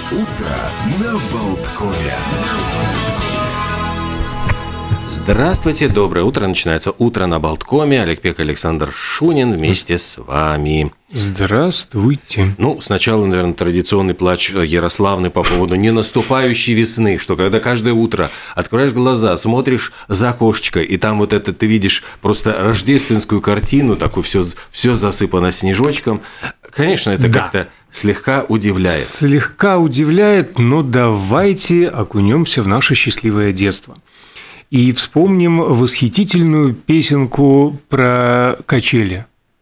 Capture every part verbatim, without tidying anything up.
Утро на Болткове. Здравствуйте, доброе утро. Начинается утро на Болткоме. Олег Пек, Александр Шунин вместе с вами. Здравствуйте. Ну, сначала, наверное, традиционный плач Ярославны по поводу ненаступающей весны, что когда каждое утро открываешь глаза, смотришь за окошечко, и там вот это ты видишь просто рождественскую картину, такую все, все засыпано снежочком. Конечно, это да. как-то слегка удивляет. Слегка удивляет, но давайте окунемся в наше счастливое детство. И вспомним восхитительную песенку про качели.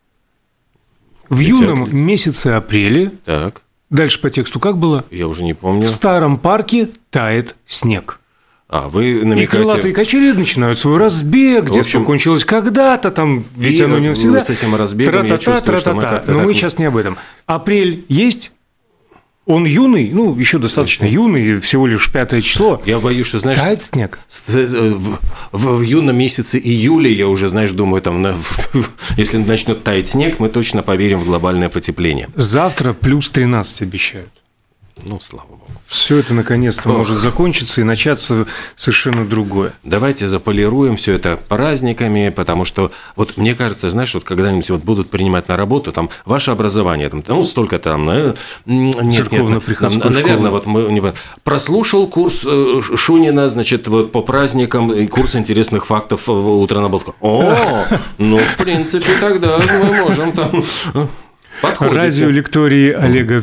В юном месяце апреле, так. дальше по тексту как было? Я уже не помню. В старом парке тает снег. А, вы намекаете... И крылатые качели начинают свой разбег, детство кончилось когда-то, там, ведь оно не всегда. С этим разбегом я чувствую, что мы как-то... Но так... мы сейчас не об этом. Апрель есть? Он юный, ну, еще достаточно юный, всего лишь пятое число. Я боюсь, что, знаешь... Тает снег. В, в, в, в юном месяце июля я уже, знаешь, думаю, там, на, если начнет таять снег, мы точно поверим в глобальное потепление. Завтра плюс тринадцать обещают. Ну, слава богу. Все это наконец-то Ох. может закончиться и начаться совершенно другое. Давайте заполируем все это праздниками, потому что вот мне кажется, знаешь, вот когда-нибудь вот будут принимать на работу там ваше образование, там, ну столько там, нет, церковно-приходской нет, наверное, вот мы не прослушал курс Шунина, значит, вот по праздникам курс интересных фактов утро на Болткове. О, ну в принципе тогда мы можем там. Подходите. Радиолектории Олега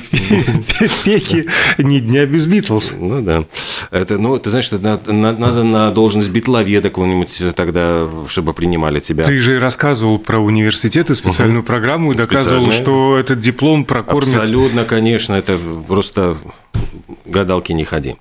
Пеки «Ни дня без Битлз». Ну да. Это, ну, ты знаешь, надо, надо на должность битловеда какую-нибудь тогда, чтобы принимали тебя. Ты же рассказывал про университеты, специальную угу. программу, и доказывал, что этот диплом прокормит. Абсолютно, конечно, это просто гадалки не ходи.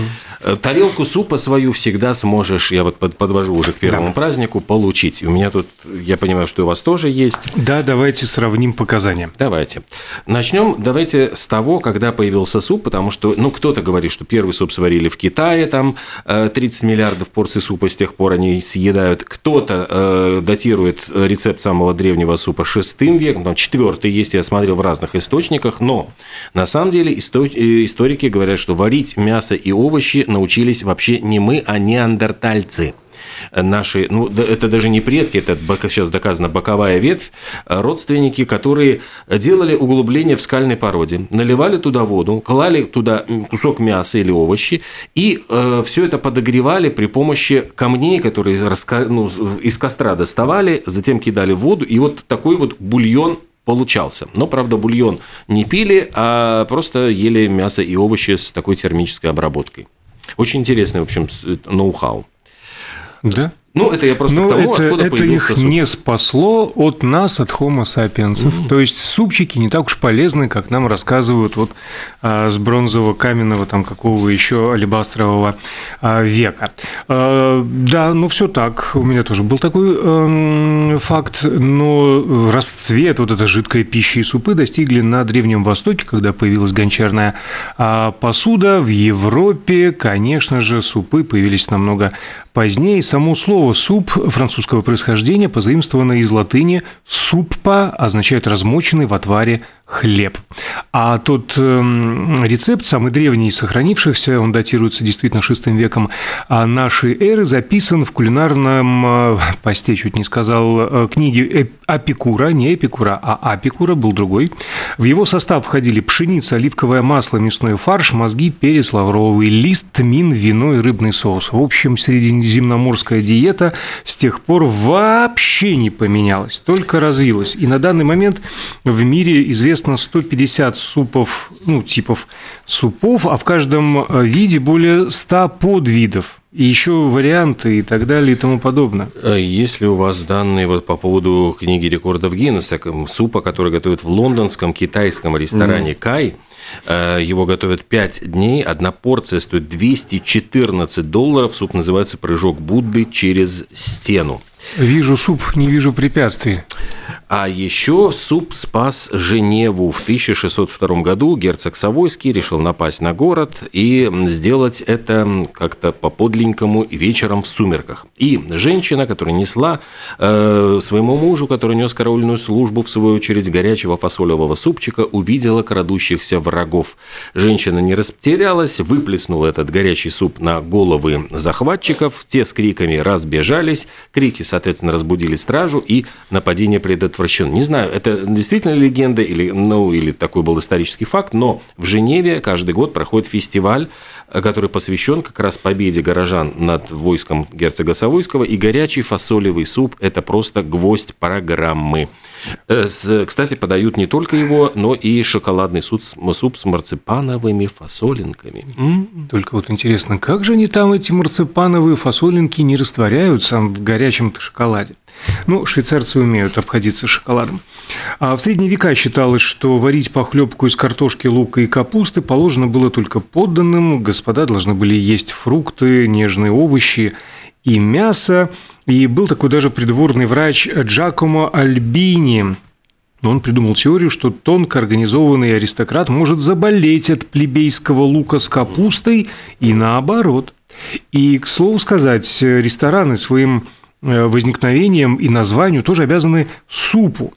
Тарелку супа свою всегда сможешь, я вот подвожу уже к первому да. празднику, получить. У меня тут, я понимаю, что у вас тоже есть. Да, давайте сравним показания. Давайте. Начнем, давайте с того, когда появился суп, потому что, ну, кто-то говорит, что первый суп сварили в Китае, там тридцать миллиардов порций супа с тех пор они съедают. Кто-то э, датирует рецепт самого древнего супа шестым веком, там четвёртый есть, я смотрел в разных источниках, но на самом деле историки говорят, что варить мясо и овощи научились вообще не мы, а неандертальцы. Наши, ну, это даже не предки, это сейчас доказано боковая ветвь, родственники, которые делали углубление в скальной породе, наливали туда воду, клали туда кусок мяса или овощи, и э, все это подогревали при помощи камней, которые ну, из костра доставали, затем кидали в воду, и вот такой вот бульон получался. Но, правда, бульон не пили, а просто ели мясо и овощи с такой термической обработкой. Очень интересный, в общем, ноу-хау. Да? Ну, это я просто Но к тому, это, откуда это появился их суп. не спасло от нас, от Homo sapiens. Mm-hmm. То есть супчики не так уж полезны, как нам рассказывают вот, а, с бронзового, каменного, там, какого еще алебастрового а, века. А, да, ну все так. У меня тоже был такой а, факт. Но расцвет, вот эта жидкая пища и супы достигли на Древнем Востоке, когда появилась гончарная а, посуда. В Европе, конечно же, супы появились намного позднее. Само слово «суп» французского происхождения позаимствовано из латыни «суппа», означает «размоченный в отваре хлеб». А тот э, рецепт, самый древний из сохранившихся, он датируется действительно шестым веком нашей эры, записан в кулинарном э, посте, чуть не сказал, э, книге Апикура, не Эпикура, а Апикура, был другой. В его состав входили пшеница, оливковое масло, мясной фарш, мозги, перец, лавровый лист, тмин, вино и рыбный соус. В общем, средиземноморская диета с тех пор вообще не поменялась, только развилась. И на данный момент в мире известно сто пятьдесят супов, ну, типов супов, а в каждом виде более ста подвидов. И еще варианты и так далее и тому подобное. Если у вас данные вот по поводу книги рекордов Гиннесса, супа, который готовят в лондонском китайском ресторане «Кай», его готовят пять дней, одна порция стоит двести четырнадцать долларов, суп называется «Прыжок Будды через стену». Вижу суп, не вижу препятствий. А еще суп спас Женеву. В тысяча шестьсот втором году герцог Савойский решил напасть на город и сделать это как-то по-подленькому вечером в сумерках. И женщина, которая несла э, своему мужу, который нес караульную службу, в свою очередь, горячего фасолевого супчика, увидела крадущихся врагов. Женщина не растерялась, выплеснула этот горячий суп на головы захватчиков. Те с криками разбежались. Крики, соответственно, разбудили стражу, и нападение предотвратилось. Не знаю, это действительно легенда или, ну, или такой был исторический факт, но в Женеве каждый год проходит фестиваль, который посвящен как раз победе горожан над войском герцога Савойского, и горячий фасолевый суп – это просто гвоздь программы. Кстати, подают не только его, но и шоколадный суп с марципановыми фасолинками. Только вот интересно, как же они там, эти марципановые фасолинки, не растворяются в горячем-то шоколаде? Ну, швейцарцы умеют обходиться шоколадом. А в средние века считалось, что варить похлебку из картошки, лука и капусты положено было только подданным. Господа должны были есть фрукты, нежные овощи и мясо. И был такой даже придворный врач Джакомо Альбини. Он придумал теорию, что тонко организованный аристократ может заболеть от плебейского лука с капустой и наоборот. И, к слову сказать, рестораны своим возникновением и названию тоже обязаны супу.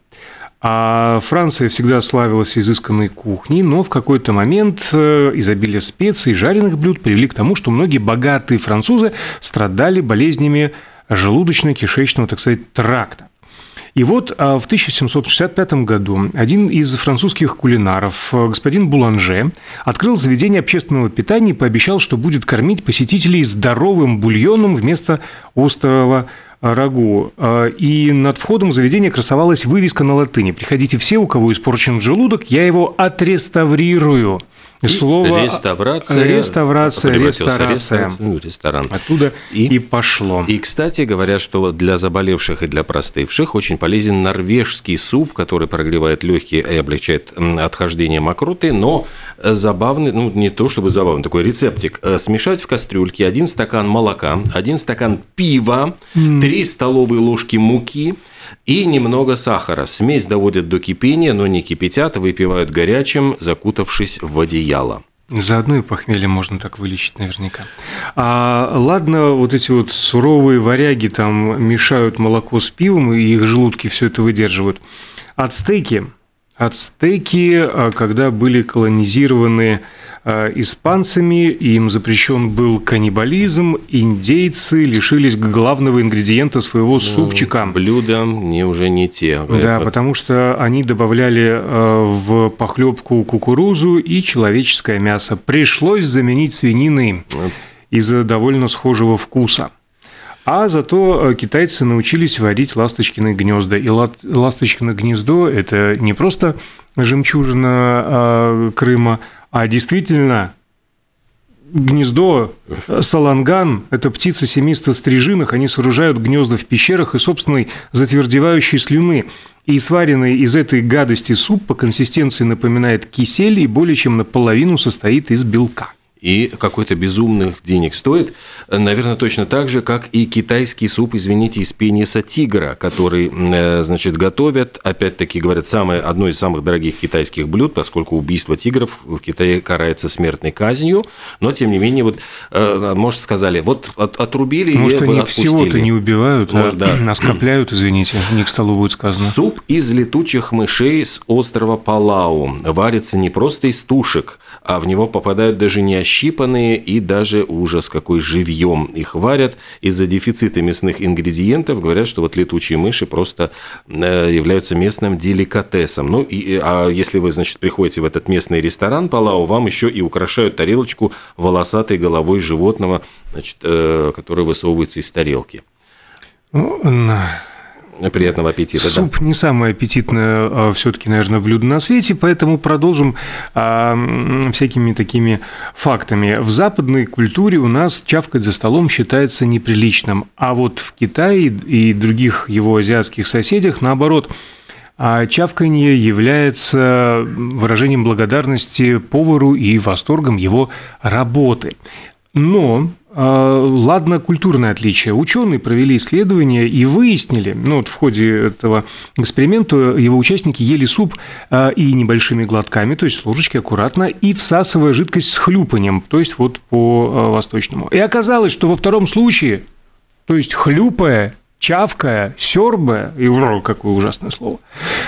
А Франция всегда славилась изысканной кухней, но в какой-то момент изобилие специй и жареных блюд привели к тому, что многие богатые французы страдали болезнями желудочно-кишечного, так сказать, тракта. И вот в тысяча семьсот шестьдесят пятом году один из французских кулинаров, господин Буланже, открыл заведение общественного питания и пообещал, что будет кормить посетителей здоровым бульоном вместо острого рагу. И над входом в заведение красовалась вывеска на латыни: «Приходите все, у кого испорчен желудок, я его отреставрирую». И слово реставрация, реставрация, ресторация. Ну, ресторан. Оттуда и, и пошло. И, кстати, говорят, что для заболевших и для простывших очень полезен норвежский суп, который прогревает легкие и облегчает отхождение мокроты, но забавный, ну, не то чтобы забавный, такой рецептик. Смешать в кастрюльке один стакан молока, один стакан пива, три mm. столовые ложки муки и немного сахара. Смесь доводят до кипения, но не кипятят, выпивают горячим, закутавшись в одеяло. Заодно и похмелье можно так вылечить наверняка. А ладно, вот эти вот суровые варяги там мешают молоко с пивом, и их желудки все это выдерживают. Ацтеки, ацтеки, когда были колонизированы испанцами, им запрещен был каннибализм, индейцы лишились главного ингредиента своего супчика. Блюда не, уже не те. Да, это... потому что они добавляли в похлебку кукурузу и человеческое мясо. Пришлось заменить свининой из-за довольно схожего вкуса. А зато китайцы научились варить ласточкины гнезда. И ласточкино гнездо – это не просто жемчужина Крыма, а действительно, гнездо саланган – это птицы семейства стрижиных, они сооружают гнезда в пещерах из собственной затвердевающей слюны. И сваренный из этой гадости суп по консистенции напоминает кисель и более чем наполовину состоит из белка. И какой-то безумных денег стоит, наверное, точно так же, как и китайский суп, извините, из пениса тигра, который, значит, готовят, опять-таки, говорят, самое, одно из самых дорогих китайских блюд, поскольку убийство тигров в Китае карается смертной казнью, но, тем не менее, вот, может, сказали, вот от, отрубили может, и они отпустили. Всего-то не убивают, может, а, да. а скопляют, извините, не к столу будет сказано. Суп из летучих мышей с острова Палау варится не просто из тушек, а в него попадают даже не ощипанные, и даже ужас какой, живьем их варят. Из-за дефицита мясных ингредиентов говорят, что вот летучие мыши просто являются местным деликатесом. Ну, и, а если вы, значит, приходите в этот местный ресторан Палау, вам еще и украшают тарелочку волосатой головой животного, значит, который высовывается из тарелки. Приятного аппетита. Суп да. не самое аппетитное все-таки, наверное, блюдо на свете, поэтому продолжим а, всякими такими фактами. В западной культуре у нас чавкать за столом считается неприличным, а вот в Китае и других его азиатских соседях, наоборот, чавканье является выражением благодарности повару и восторгом его работы. Но Ладно, культурное отличие. Ученые провели исследования и выяснили, ну вот в ходе этого эксперимента его участники ели суп и небольшими глотками, то есть с ложечки аккуратно, и всасывая жидкость с хлюпанием, то есть вот по-восточному. И оказалось, что во втором случае, то есть хлюпая, чавкая, сёрбая, и какое ужасное слово,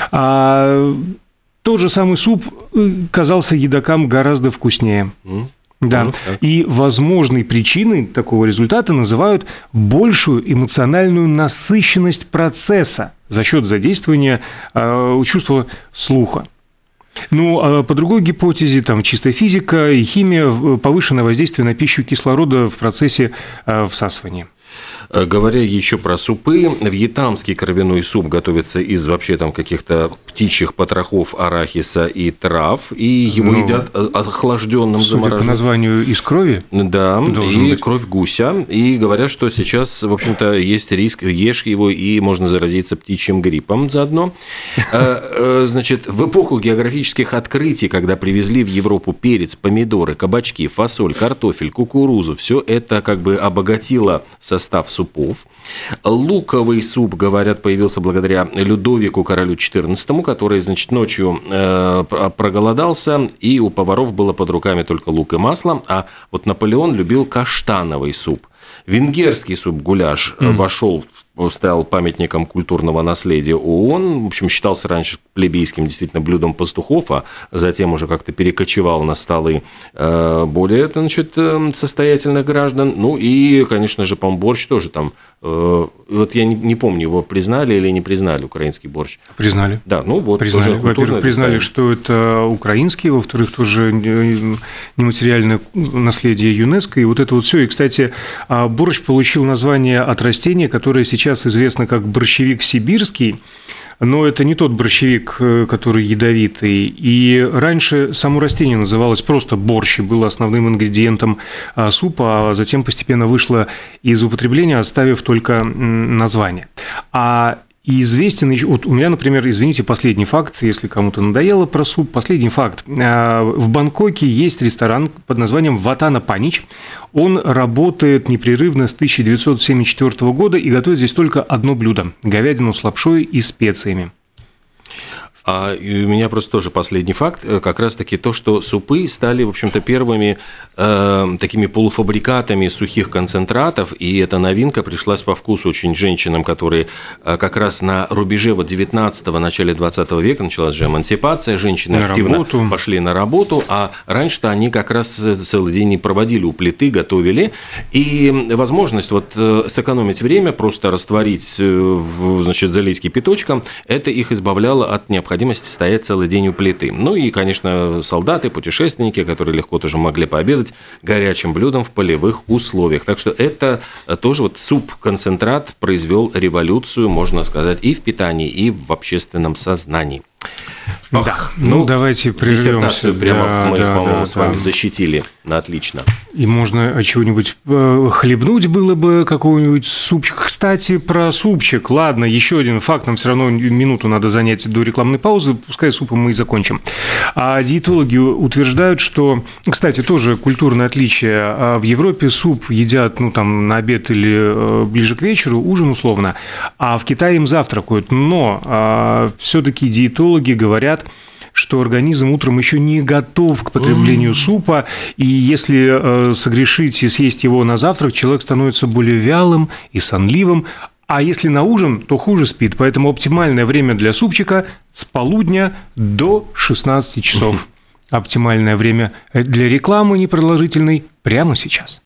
а тот же самый суп казался едокам гораздо вкуснее. Да, ну, и возможной причиной такого результата называют большую эмоциональную насыщенность процесса за счет задействования э, чувства слуха. Ну, а по другой гипотезе, там чистая физика и химия, повышенное воздействие на пищу кислорода в процессе э, всасывания. Говоря еще про супы, вьетнамский кровяной суп готовится из вообще там каких-то птичьих потрохов, арахиса и трав, и его ну, едят охлажденным, замороженным. Судя по названию, из крови? Да, и быть. Кровь гуся. И говорят, что сейчас, в общем-то, есть риск, ешь его, и можно заразиться птичьим гриппом заодно. Значит, в эпоху географических открытий, когда привезли в Европу перец, помидоры, кабачки, фасоль, картофель, кукурузу, все это как бы обогатило состав супов. Луковый суп, говорят, появился благодаря Людовику королю четырнадцатому, который, значит, ночью э, проголодался, и у поваров было под руками только лук и масло, а вот Наполеон любил каштановый суп. Венгерский суп-гуляш mm. вошел, стал памятником культурного наследия ООН. В общем, считался раньше плебейским действительно блюдом пастухов, а затем уже как-то перекочевал на столы более, значит, состоятельных граждан. Ну и, конечно же, по-моему, борщ тоже там. Вот я не помню, его признали или не признали, украинский борщ. Признали. Да, ну вот. Признали. Во-первых, признали, что это украинский, во-вторых, тоже нематериальное наследие ЮНЕСКО. И вот это вот все. И, кстати, борщ получил название от растения, которое сейчас известно как борщевик сибирский, но это не тот борщевик, который ядовитый. И раньше само растение называлось просто борщ, и было основным ингредиентом супа, а затем постепенно вышло из употребления, оставив только название. А И известен, вот у меня, например, извините, последний факт, если кому-то надоело про суп, последний факт. В Бангкоке есть ресторан под названием Ватана Панич. Он работает непрерывно с тысяча девятьсот семьдесят четвёртого года и готовит здесь только одно блюдо – говядину с лапшой и специями. А у меня просто тоже последний факт, как раз-таки то, что супы стали, в общем-то, первыми э, такими полуфабрикатами сухих концентратов, и эта новинка пришлась по вкусу очень женщинам, которые э, как раз на рубеже вот девятнадцатого, начале двадцатого века началась же эмансипация, женщины на активно работу. Пошли на работу, а раньше-то они как раз целый день не проводили у плиты, готовили, и возможность вот сэкономить время, просто растворить, значит, залить кипяточком, это их избавляло от необходимости стоять целый день у плиты. Ну и, конечно, солдаты, путешественники, которые легко тоже могли пообедать горячим блюдом в полевых условиях. Так что это тоже вот суп-концентрат произвел революцию, можно сказать, и в питании, и в общественном сознании. Ох, да. Ну, ну, давайте прервемся. Диссертацию прямо да, мы, да, по-моему, да, с вами да. защитили на отлично. И можно чего-нибудь хлебнуть было бы, какого-нибудь супчика. Кстати, про супчик. Ладно, еще один факт. Нам все равно минуту надо занять до рекламной паузы. Пускай супом мы и закончим. А диетологи утверждают, что, кстати, тоже культурное отличие. В Европе суп едят, ну, там, на обед или ближе к вечеру, ужин условно, а в Китае им завтракают. Но все-таки диетологи говорят, что организм утром еще не готов к потреблению mm. супа, и если э, согрешить и съесть его на завтрак, человек становится более вялым и сонливым, а если на ужин, то хуже спит. Поэтому оптимальное время для супчика с полудня до шестнадцати часов. Оптимальное время для рекламы непродолжительной прямо сейчас.